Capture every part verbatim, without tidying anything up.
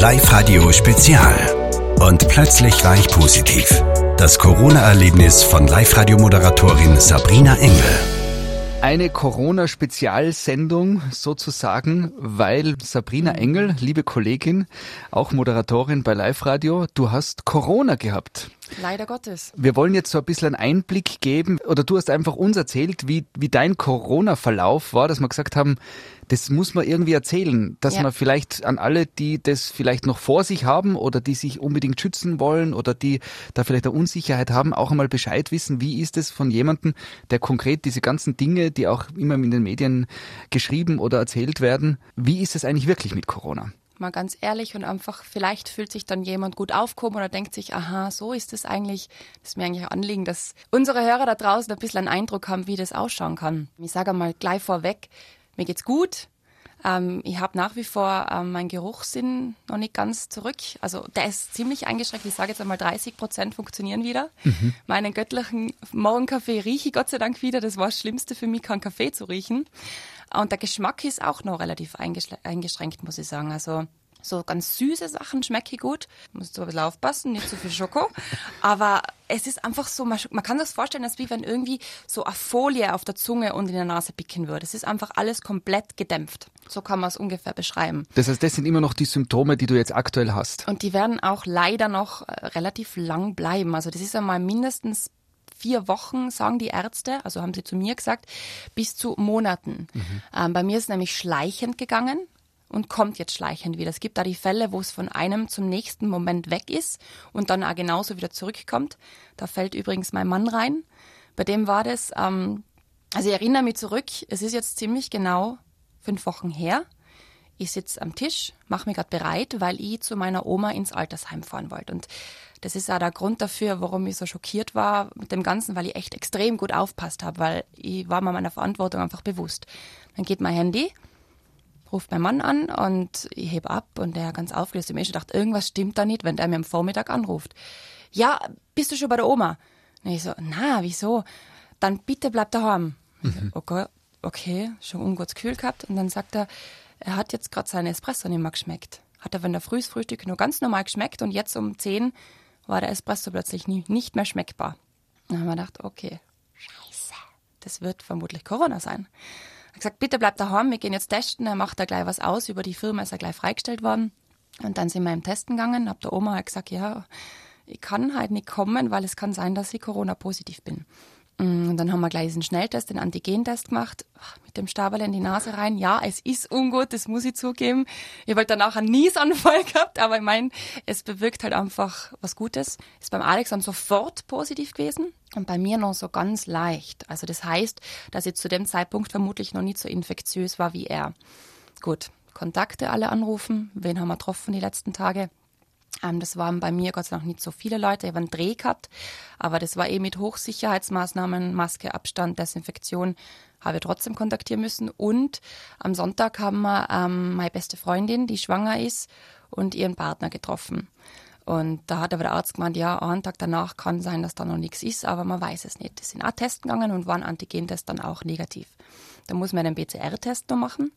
Live-Radio Spezial. Und plötzlich war ich positiv. Das Corona-Erlebnis von Live-Radio-Moderatorin Sabrina Engel. Eine Corona-Spezialsendung sozusagen, weil Sabrina Engel, liebe Kollegin, auch Moderatorin bei Live-Radio, du hast Corona gehabt. Leider Gottes. Wir wollen jetzt so ein bisschen einen Einblick geben, oder du hast einfach uns erzählt, wie, wie dein Corona-Verlauf war, dass wir gesagt haben, das muss man irgendwie erzählen, dass ja. man vielleicht an alle, die das vielleicht noch vor sich haben oder die sich unbedingt schützen wollen oder die da vielleicht eine Unsicherheit haben, auch einmal Bescheid wissen, wie ist es von jemandem, der konkret diese ganzen Dinge, die auch immer in den Medien geschrieben oder erzählt werden, wie ist es eigentlich wirklich mit Corona? Mal ganz ehrlich und einfach, vielleicht fühlt sich dann jemand gut aufgehoben oder denkt sich, aha, so ist es eigentlich. Das ist mir eigentlich ein Anliegen, dass unsere Hörer da draußen ein bisschen einen Eindruck haben, wie das ausschauen kann. Ich sage mal gleich vorweg, mir geht's gut. Ähm, ich habe nach wie vor ähm, meinen Geruchssinn noch nicht ganz zurück. Also der ist ziemlich eingeschränkt. Ich sage jetzt einmal dreißig Prozent funktionieren wieder. Mhm. Meinen göttlichen Morgenkaffee rieche ich Gott sei Dank wieder. Das war das Schlimmste für mich, keinen Kaffee zu riechen. Und der Geschmack ist auch noch relativ eingeschränkt, muss ich sagen. Also so ganz süße Sachen schmecke ich gut. Muss so ein bisschen aufpassen, nicht zu viel Schoko. Aber es ist einfach so, man, man kann sich das vorstellen, als wie wenn irgendwie so eine Folie auf der Zunge und in der Nase picken würde. Es ist einfach alles komplett gedämpft. So kann man es ungefähr beschreiben. Das heißt, das sind immer noch die Symptome, die du jetzt aktuell hast. Und die werden auch leider noch äh, relativ lang bleiben. Also das ist einmal mindestens vier Wochen, sagen die Ärzte, also haben sie zu mir gesagt, bis zu Monaten. Mhm. Ähm, bei mir ist es nämlich schleichend gegangen und kommt jetzt schleichend wieder. Es gibt da die Fälle, wo es von einem zum nächsten Moment weg ist und dann auch genauso wieder zurückkommt. Da fällt übrigens mein Mann rein. Bei dem war das, ähm, also ich erinnere mich zurück, es ist jetzt ziemlich genau fünf Wochen her. Ich sitze am Tisch, mache mich gerade bereit, weil ich zu meiner Oma ins Altersheim fahren wollte. Und das ist auch der Grund dafür, warum ich so schockiert war mit dem Ganzen, weil ich echt extrem gut aufpasst habe, weil ich war mir meiner Verantwortung einfach bewusst. Dann geht mein Handy, ruft mein Mann an und ich hebe ab und der ganz aufgelöst im Mensch dachte, irgendwas stimmt da nicht, wenn der mir am Vormittag anruft. Ja, bist du schon bei der Oma? Und ich so, na, wieso? Dann bitte bleib daheim. Mhm. Okay, okay, schon ungutes Gefühl gehabt. Und dann sagt er, er hat jetzt gerade seinen Espresso nicht mehr geschmeckt. Hat er, wenn der frühes Frühstück nur ganz normal geschmeckt und jetzt um zehn war der Espresso plötzlich nie, nicht mehr schmeckbar. Dann haben wir gedacht, okay, scheiße, das wird vermutlich Corona sein. Er hat gesagt, bitte bleib daheim, wir gehen jetzt testen. Er macht da gleich was aus, über die Firma ist er gleich freigestellt worden. Und dann sind wir im Testen gegangen, hab der Oma halt gesagt, ja, ich kann halt nicht kommen, weil es kann sein, dass ich Corona-positiv bin. Und dann haben wir gleich diesen Schnelltest, den Antigentest gemacht, mit dem Stabel in die Nase rein. Ja, es ist ungut, das muss ich zugeben. Ich habe halt danach einen Niesanfall gehabt, aber ich meine, es bewirkt halt einfach was Gutes. Ist beim Alex dann sofort positiv gewesen und bei mir noch so ganz leicht. Also das heißt, dass ich zu dem Zeitpunkt vermutlich noch nicht so infektiös war wie er. Gut, Kontakte alle anrufen. Wen haben wir getroffen die letzten Tage? Das waren bei mir Gott sei Dank nicht so viele Leute, ich habe einen Dreh gehabt, aber das war eh mit Hochsicherheitsmaßnahmen, Maske, Abstand, Desinfektion, habe ich trotzdem kontaktieren müssen. Und am Sonntag haben wir ähm, meine beste Freundin, die schwanger ist, und ihren Partner getroffen. Und da hat aber der Arzt gemeint, ja, einen Tag danach kann sein, dass da noch nichts ist, aber man weiß es nicht. Die sind auch testen gegangen und waren Antigentest dann auch negativ. Da muss man einen B C R-Test noch machen.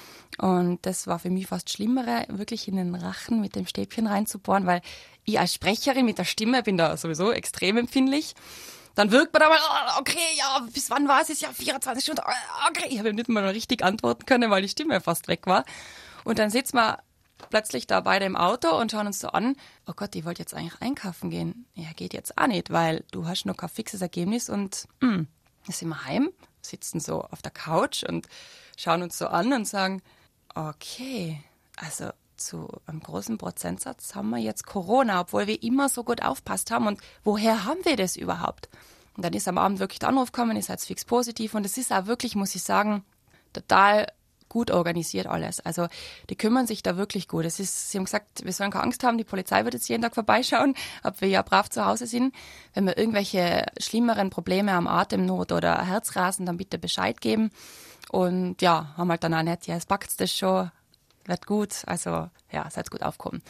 Und das war für mich fast schlimmer, wirklich in den Rachen mit dem Stäbchen reinzubohren, weil ich als Sprecherin mit der Stimme bin da sowieso extrem empfindlich. Dann wirkt man da mal, oh, okay, ja, bis wann war es? Es ist ja vierundzwanzig Stunden, okay. Ich habe nicht mal richtig antworten können, weil die Stimme fast weg war. Und dann sitzen wir plötzlich da beide im Auto und schauen uns so an, oh Gott, ich wollte jetzt eigentlich einkaufen gehen. Ja, geht jetzt auch nicht, weil du hast noch kein fixes Ergebnis und mh, dann sind wir heim, sitzen so auf der Couch und schauen uns so an und sagen, okay, also zu einem großen Prozentsatz haben wir jetzt Corona, obwohl wir immer so gut aufpasst haben. Und woher haben wir das überhaupt? Und dann ist am Abend wirklich der Anruf gekommen, ist jetzt fix positiv. Und es ist auch wirklich, muss ich sagen, total gut organisiert alles. Also die kümmern sich da wirklich gut. Es ist, sie haben gesagt, wir sollen keine Angst haben, die Polizei wird jetzt jeden Tag vorbeischauen, ob wir ja brav zu Hause sind. Wenn wir irgendwelche schlimmeren Probleme am Atemnot oder Herzrasen, dann bitte Bescheid geben. Und ja, haben halt dann auch nicht, ja, es packt das schon, wird gut, also ja, seid gut aufgekommen.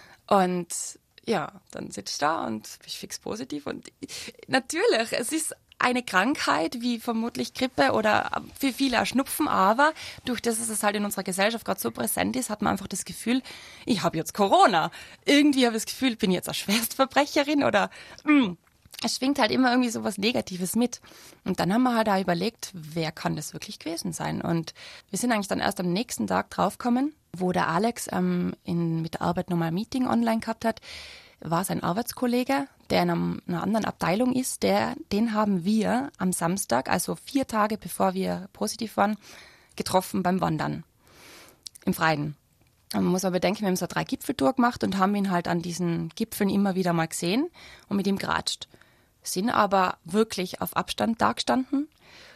Und ja, dann sitzt du da und bist fix positiv und natürlich, es ist eine Krankheit, wie vermutlich Grippe oder für viele auch Schnupfen, aber durch das, dass es halt in unserer Gesellschaft gerade so präsent ist, hat man einfach das Gefühl, ich habe jetzt Corona. Irgendwie habe ich das Gefühl, bin ich jetzt eine Schwerstverbrecherin oder mh. Es schwingt halt immer irgendwie so was Negatives mit. Und dann haben wir halt auch überlegt, wer kann das wirklich gewesen sein? Und wir sind eigentlich dann erst am nächsten Tag draufgekommen, wo der Alex ähm, in, mit der Arbeit nochmal ein Meeting online gehabt hat, war sein Arbeitskollege, der in einem, einer anderen Abteilung ist, der, den haben wir am Samstag, also vier Tage bevor wir positiv waren, getroffen beim Wandern im Freien. Man muss aber bedenken, wir haben so drei Gipfeltour gemacht und haben ihn halt an diesen Gipfeln immer wieder mal gesehen und mit ihm geratscht. Sind aber wirklich auf Abstand da gestanden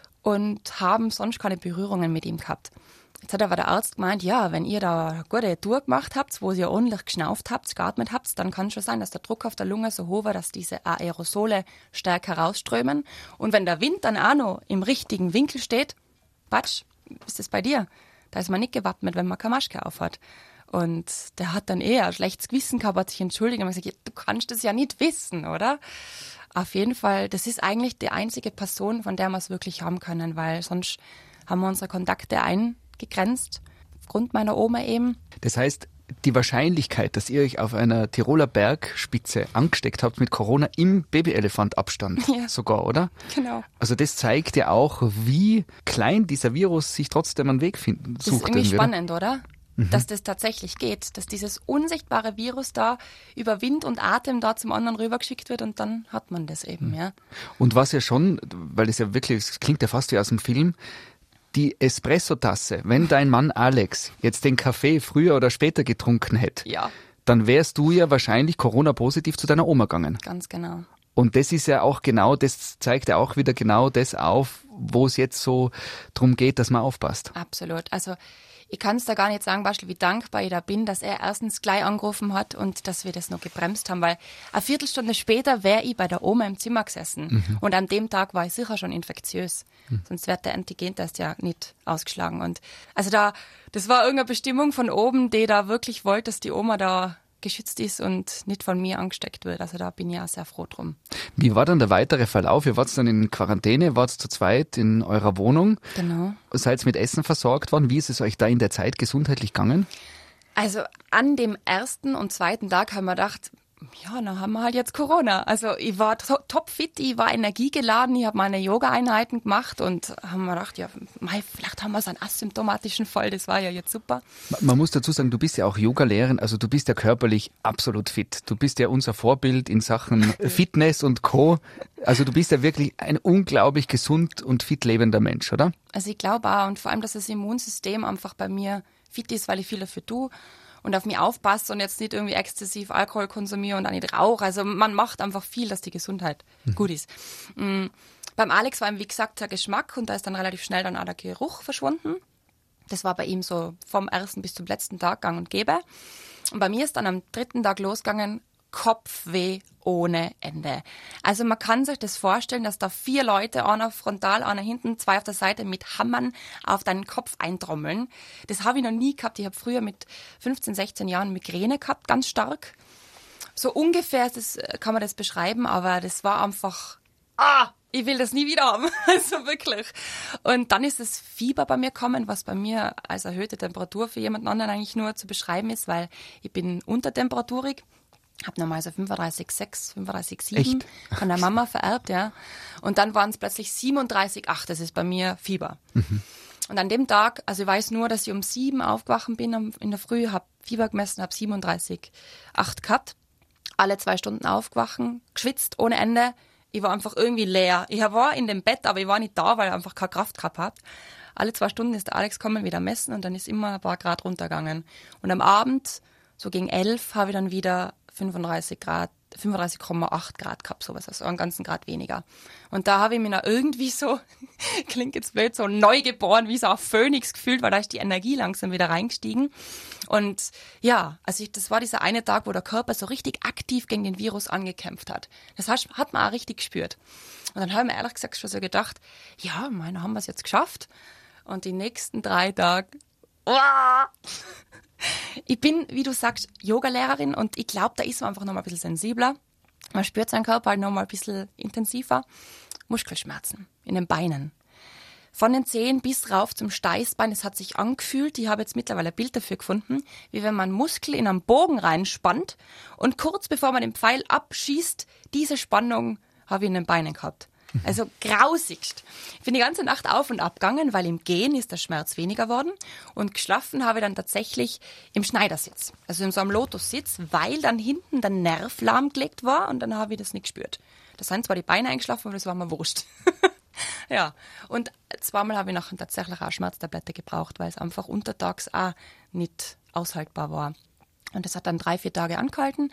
und haben sonst keine Berührungen mit ihm gehabt. Jetzt hat aber der Arzt gemeint, ja, wenn ihr da eine gute Tour gemacht habt, wo ihr ordentlich geschnauft habt, geatmet habt, dann kann schon sein, dass der Druck auf der Lunge so hoch war, dass diese Aerosole stärker rausströmen. Und wenn der Wind dann auch noch im richtigen Winkel steht, Batsch, ist das bei dir? Da ist man nicht gewappnet, wenn man keine Maske aufhat. Und der hat dann eher ein schlechtes Gewissen gehabt, hat sich entschuldigt und gesagt, ja, du kannst das ja nicht wissen, oder? Auf jeden Fall, das ist eigentlich die einzige Person, von der wir es wirklich haben können, weil sonst haben wir unsere Kontakte eingegrenzt, aufgrund meiner Oma eben. Das heißt, die Wahrscheinlichkeit, dass ihr euch auf einer Tiroler Bergspitze angesteckt habt mit Corona im Babyelefantabstand Ja. sogar, oder? Genau. Also das zeigt ja auch, wie klein dieser Virus sich trotzdem einen Weg finden Das sucht. ist irgendwie irgendwie, spannend, oder? Mhm. Dass das tatsächlich geht, dass dieses unsichtbare Virus da über Wind und Atem da zum anderen rübergeschickt wird und dann hat man das eben, mhm. ja. Und was ja schon, weil es ja wirklich, es klingt ja fast wie aus dem Film, die Espresso-Tasse, wenn dein Mann Alex jetzt den Kaffee früher oder später getrunken hätte, ja. dann wärst du ja wahrscheinlich Corona-positiv zu deiner Oma gegangen. Ganz genau. Und das ist ja auch genau, das zeigt ja auch wieder genau das auf, wo es jetzt so drum geht, dass man aufpasst. Absolut. Also ich kann es da gar nicht sagen, Bastel, wie dankbar ich da bin, dass er erstens gleich angerufen hat und dass wir das noch gebremst haben, weil eine Viertelstunde später wäre ich bei der Oma im Zimmer gesessen mhm. und an dem Tag war ich sicher schon infektiös, mhm. sonst wäre der Antigentest ja nicht ausgeschlagen. Und also da, das war irgendeine Bestimmung von oben, die da wirklich wollte, dass die Oma da geschützt ist und nicht von mir angesteckt wird. Also da bin ich auch sehr froh drum. Wie war dann der weitere Verlauf? Ihr wart dann in Quarantäne, wart zu zweit in eurer Wohnung. Genau. Seid mit Essen versorgt worden. Wie ist es euch da in der Zeit gesundheitlich gegangen? Also an dem ersten und zweiten Tag haben wir gedacht, ja, dann haben wir halt jetzt Corona. Also ich war to- topfit, ich war energiegeladen, ich habe meine Yoga-Einheiten gemacht und haben mir gedacht, ja, mei, vielleicht haben wir so einen asymptomatischen Fall, das war ja jetzt super. Man muss dazu sagen, du bist ja auch Yoga-Lehrerin, also du bist ja körperlich absolut fit. Du bist ja unser Vorbild in Sachen Fitness und Co. Also du bist ja wirklich ein unglaublich gesund und fit lebender Mensch, oder? Also ich glaube auch und vor allem, dass das Immunsystem einfach bei mir fit ist, weil ich viel dafür tue. Und auf mich aufpasst und jetzt nicht irgendwie exzessiv Alkohol konsumiere und auch nicht rauche. Also man macht einfach viel, dass die Gesundheit mhm. gut ist. Mhm. Beim Alex war ihm, wie gesagt, der Geschmack und da ist dann relativ schnell dann auch der Geruch verschwunden. Das war bei ihm so vom ersten bis zum letzten Tag gang und gäbe. Und bei mir ist dann am dritten Tag losgegangen, Kopfweh ohne Ende. Also man kann sich das vorstellen, dass da vier Leute, einer frontal, einer hinten, zwei auf der Seite mit Hammern auf deinen Kopf eintrommeln. Das habe ich noch nie gehabt. Ich habe früher mit fünfzehn, sechzehn Jahren Migräne gehabt, ganz stark. So ungefähr ist das, kann man das beschreiben, aber das war einfach, ah, ich will das nie wieder haben. Also wirklich. Und dann ist das Fieber bei mir gekommen, was bei mir als erhöhte Temperatur für jemand anderen eigentlich nur zu beschreiben ist, weil ich bin untertemperaturig. Habe normal so fünfunddreißig Komma sechs, fünfunddreißig Komma sieben von der Mama vererbt, ja. Und dann waren es plötzlich siebenunddreißig Komma acht, das ist bei mir Fieber. Mhm. Und an dem Tag, also ich weiß nur, dass ich um sieben aufgewacht bin in der Früh, habe Fieber gemessen, habe siebenunddreißig Komma acht gehabt. Alle zwei Stunden aufgewacht, geschwitzt ohne Ende. Ich war einfach irgendwie leer. Ich war in dem Bett, aber ich war nicht da, weil ich einfach keine Kraft gehabt habe. Alle zwei Stunden ist der Alex gekommen, wieder messen und dann ist immer ein paar Grad runtergegangen. Und am Abend, so gegen elf, habe ich dann wieder fünfunddreißig Grad, fünfunddreißig Komma acht Grad gehabt, sowas, also einen ganzen Grad weniger. Und da habe ich mich noch irgendwie so, klingt jetzt blöd, so neu geboren, wie so ein Phönix gefühlt, weil da ist die Energie langsam wieder reingestiegen. Und ja, also ich, das war dieser eine Tag, wo der Körper so richtig aktiv gegen den Virus angekämpft hat. Das hat, hat man auch richtig gespürt. Und dann habe ich mir ehrlich gesagt schon so gedacht, ja, meine, haben wir es jetzt geschafft. Und die nächsten drei Tage, oh, ich bin, wie du sagst, Yogalehrerin und ich glaube, da ist man einfach noch mal ein bisschen sensibler. Man spürt seinen Körper halt noch mal ein bisschen intensiver. Muskelschmerzen in den Beinen. Von den Zehen bis rauf zum Steißbein, es hat sich angefühlt, ich habe jetzt mittlerweile ein Bild dafür gefunden, wie wenn man einen Muskel in einen Bogen reinspannt und kurz bevor man den Pfeil abschießt, diese Spannung habe ich in den Beinen gehabt. Also grausigst. Ich bin die ganze Nacht auf und ab gegangen, weil im Gehen ist der Schmerz weniger geworden und geschlafen habe ich dann tatsächlich im Schneidersitz, also in so einem Lotussitz, weil dann hinten der Nerv lahmgelegt war und dann habe ich das nicht gespürt. Da sind zwar die Beine eingeschlafen, aber das war mir wurscht. Ja, und zweimal habe ich nachher tatsächlich auch Schmerztablette gebraucht, weil es einfach untertags auch nicht aushaltbar war. Und das hat dann drei, vier Tage angehalten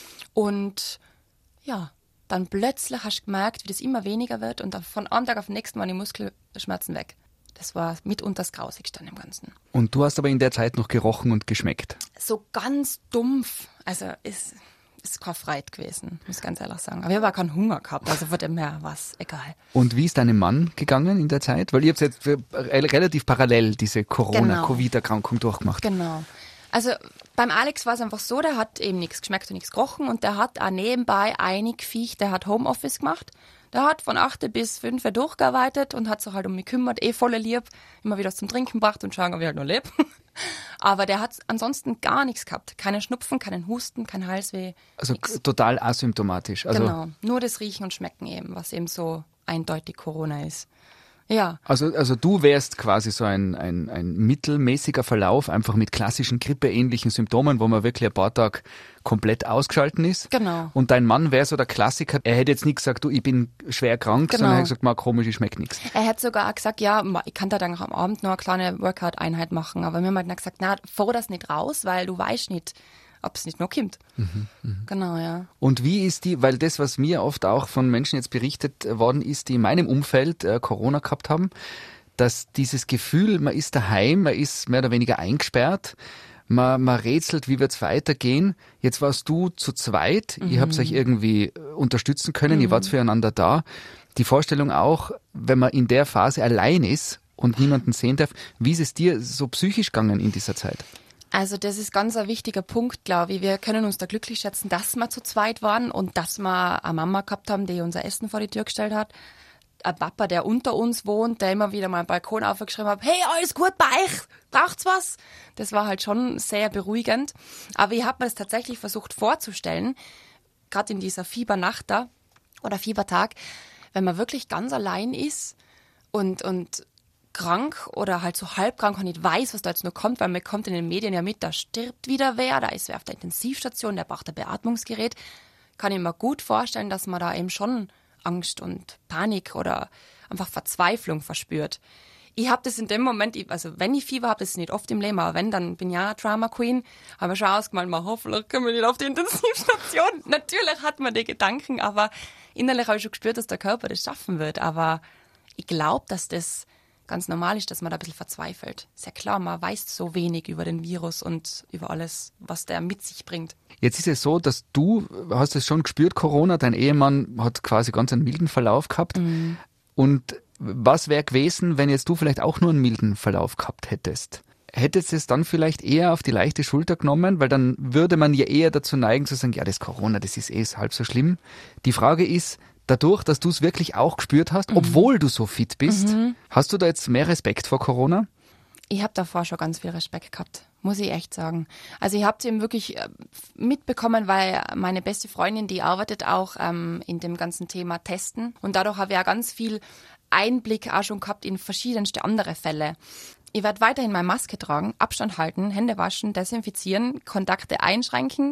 und ja, dann plötzlich hast du gemerkt, wie das immer weniger wird und von einem Tag auf den nächsten waren die Muskelschmerzen weg. Das war mitunter das Grausigste an dem Ganzen. Und du hast aber in der Zeit noch gerochen und geschmeckt? So ganz dumpf. Also ist, ist kein Freit gewesen, muss ich ganz ehrlich sagen. Aber ich habe auch keinen Hunger gehabt, also von dem her war es egal. Und wie ist deinem Mann gegangen in der Zeit? Weil ihr habt jetzt relativ parallel diese Corona-Covid-Erkrankung durchgemacht. Genau. Also beim Alex war es einfach so, der hat eben nichts geschmeckt und nichts gerochen und der hat auch nebenbei einig Viech, der hat Homeoffice gemacht. Der hat von acht bis fünf durchgearbeitet und hat sich halt um mich gekümmert, eh voll lieb, immer wieder was zum Trinken gebracht und schauen, ob ich halt noch lebe. Aber der hat ansonsten gar nichts gehabt. Keinen Schnupfen, keinen Husten, kein Halsweh. Also nix. Total asymptomatisch. Also genau, nur das Riechen und Schmecken eben, was eben so eindeutig Corona ist. Ja. Also, also du wärst quasi so ein, ein, ein mittelmäßiger Verlauf, einfach mit klassischen grippeähnlichen Symptomen, wo man wirklich ein paar Tage komplett ausgeschalten ist. Genau. Und dein Mann wäre so der Klassiker, er hätte jetzt nicht gesagt, du, ich bin schwer krank, Genau. sondern er hätte gesagt, mal komisch, ich schmeckt nichts. Er hat sogar auch gesagt, ja, ich kann da dann am Abend noch eine kleine Workout-Einheit machen. Aber wir haben halt dann gesagt, na, fahr das nicht raus, weil du weißt nicht, ob es nicht noch kommt. Mhm, mh. Genau, ja. Und wie ist die, weil das, was mir oft auch von Menschen jetzt berichtet worden ist, die in meinem Umfeld äh, Corona gehabt haben, dass dieses Gefühl, man ist daheim, man ist mehr oder weniger eingesperrt, man, man rätselt, wie wird es weitergehen. Jetzt warst du zu zweit, mhm. ihr habt euch irgendwie unterstützen können, mhm. ihr wart füreinander da. Die Vorstellung auch, wenn man in der Phase allein ist und niemanden sehen darf, wie ist es dir so psychisch gegangen in dieser Zeit? Also das ist ganz ein wichtiger Punkt, glaube ich. Wir können uns da glücklich schätzen, dass wir zu zweit waren und dass wir eine Mama gehabt haben, die unser Essen vor die Tür gestellt hat. Ein Papa, der unter uns wohnt, der immer wieder mal am Balkon aufgeschrieben hat, hey, alles gut bei euch? Braucht's was? Das war halt schon sehr beruhigend. Aber ich habe mir das tatsächlich versucht vorzustellen, gerade in dieser Fiebernacht da oder Fiebertag, wenn man wirklich ganz allein ist und, und krank oder halt so halbkrank und nicht weiß, was da jetzt noch kommt, weil man kommt in den Medien ja mit, da stirbt wieder wer, da ist wer auf der Intensivstation, der braucht ein Beatmungsgerät. Kann ich mir gut vorstellen, dass man da eben schon Angst und Panik oder einfach Verzweiflung verspürt. Ich habe das in dem Moment, also wenn ich Fieber habe, das ist nicht oft im Leben, aber wenn, dann bin ich ja Drama Queen, habe schon ausgemalt, mal hoffentlich können wir nicht auf die Intensivstation. Natürlich hat man die Gedanken, aber innerlich habe ich schon gespürt, dass der Körper das schaffen wird. Aber ich glaube, dass das ganz normal ist, dass man da ein bisschen verzweifelt. Ist ja klar, man weiß so wenig über den Virus und über alles, was der mit sich bringt. Jetzt ist es so, dass du, hast es schon gespürt, Corona, dein Ehemann hat quasi ganz einen milden Verlauf gehabt. Mhm. Und was wäre gewesen, wenn jetzt du vielleicht auch nur einen milden Verlauf gehabt hättest? Hättest du es dann vielleicht eher auf die leichte Schulter genommen? Weil dann würde man ja eher dazu neigen zu sagen, ja, das Corona, das ist eh halb so schlimm. Die Frage ist, dadurch, dass du es wirklich auch gespürt hast, mhm. obwohl du so fit bist, mhm. hast du da jetzt mehr Respekt vor Corona? Ich habe davor schon ganz viel Respekt gehabt, muss ich echt sagen. Also ich habe es eben wirklich mitbekommen, weil meine beste Freundin, die arbeitet auch ähm, in dem ganzen Thema Testen. Und dadurch habe ich ja ganz viel Einblick auch schon gehabt in verschiedenste andere Fälle. Ich werde weiterhin meine Maske tragen, Abstand halten, Hände waschen, desinfizieren, Kontakte einschränken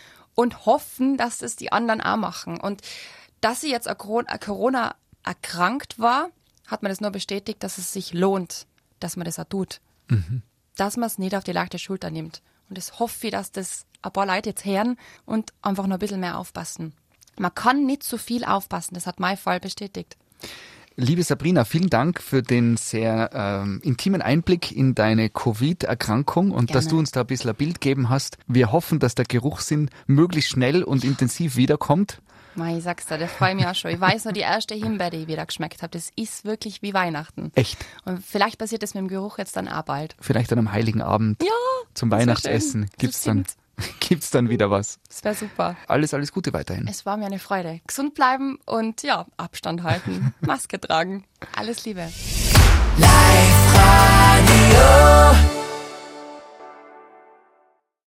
und hoffen, dass das die anderen auch machen. Und dass sie jetzt an Corona erkrankt war, hat mir das nur bestätigt, dass es sich lohnt, dass man das auch tut. Mhm. Dass man es nicht auf die leichte Schulter nimmt. Und das hoffe ich, dass das ein paar Leute jetzt hören und einfach noch ein bisschen mehr aufpassen. Man kann nicht so viel aufpassen, das hat mein Fall bestätigt. Liebe Sabrina, vielen Dank für den sehr ähm, intimen Einblick in deine Covid-Erkrankung und Gerne. Dass du uns da ein bisschen ein Bild gegeben hast. Wir hoffen, dass der Geruchssinn möglichst schnell und intensiv wiederkommt. Ich sag's dir, das freut mich auch schon. Ich weiß noch, die erste Himbeere, die ich wieder geschmeckt habe, das ist wirklich wie Weihnachten. Echt? Und vielleicht passiert das mit dem Geruch jetzt dann auch bald. Vielleicht dann am Heiligen Abend ja, zum Weihnachtsessen gibt's dann gibt's dann wieder was. Das wäre super. Alles, alles Gute weiterhin. Es war mir eine Freude. Gesund bleiben und ja, Abstand halten, Maske tragen. Alles Liebe. Live Radio.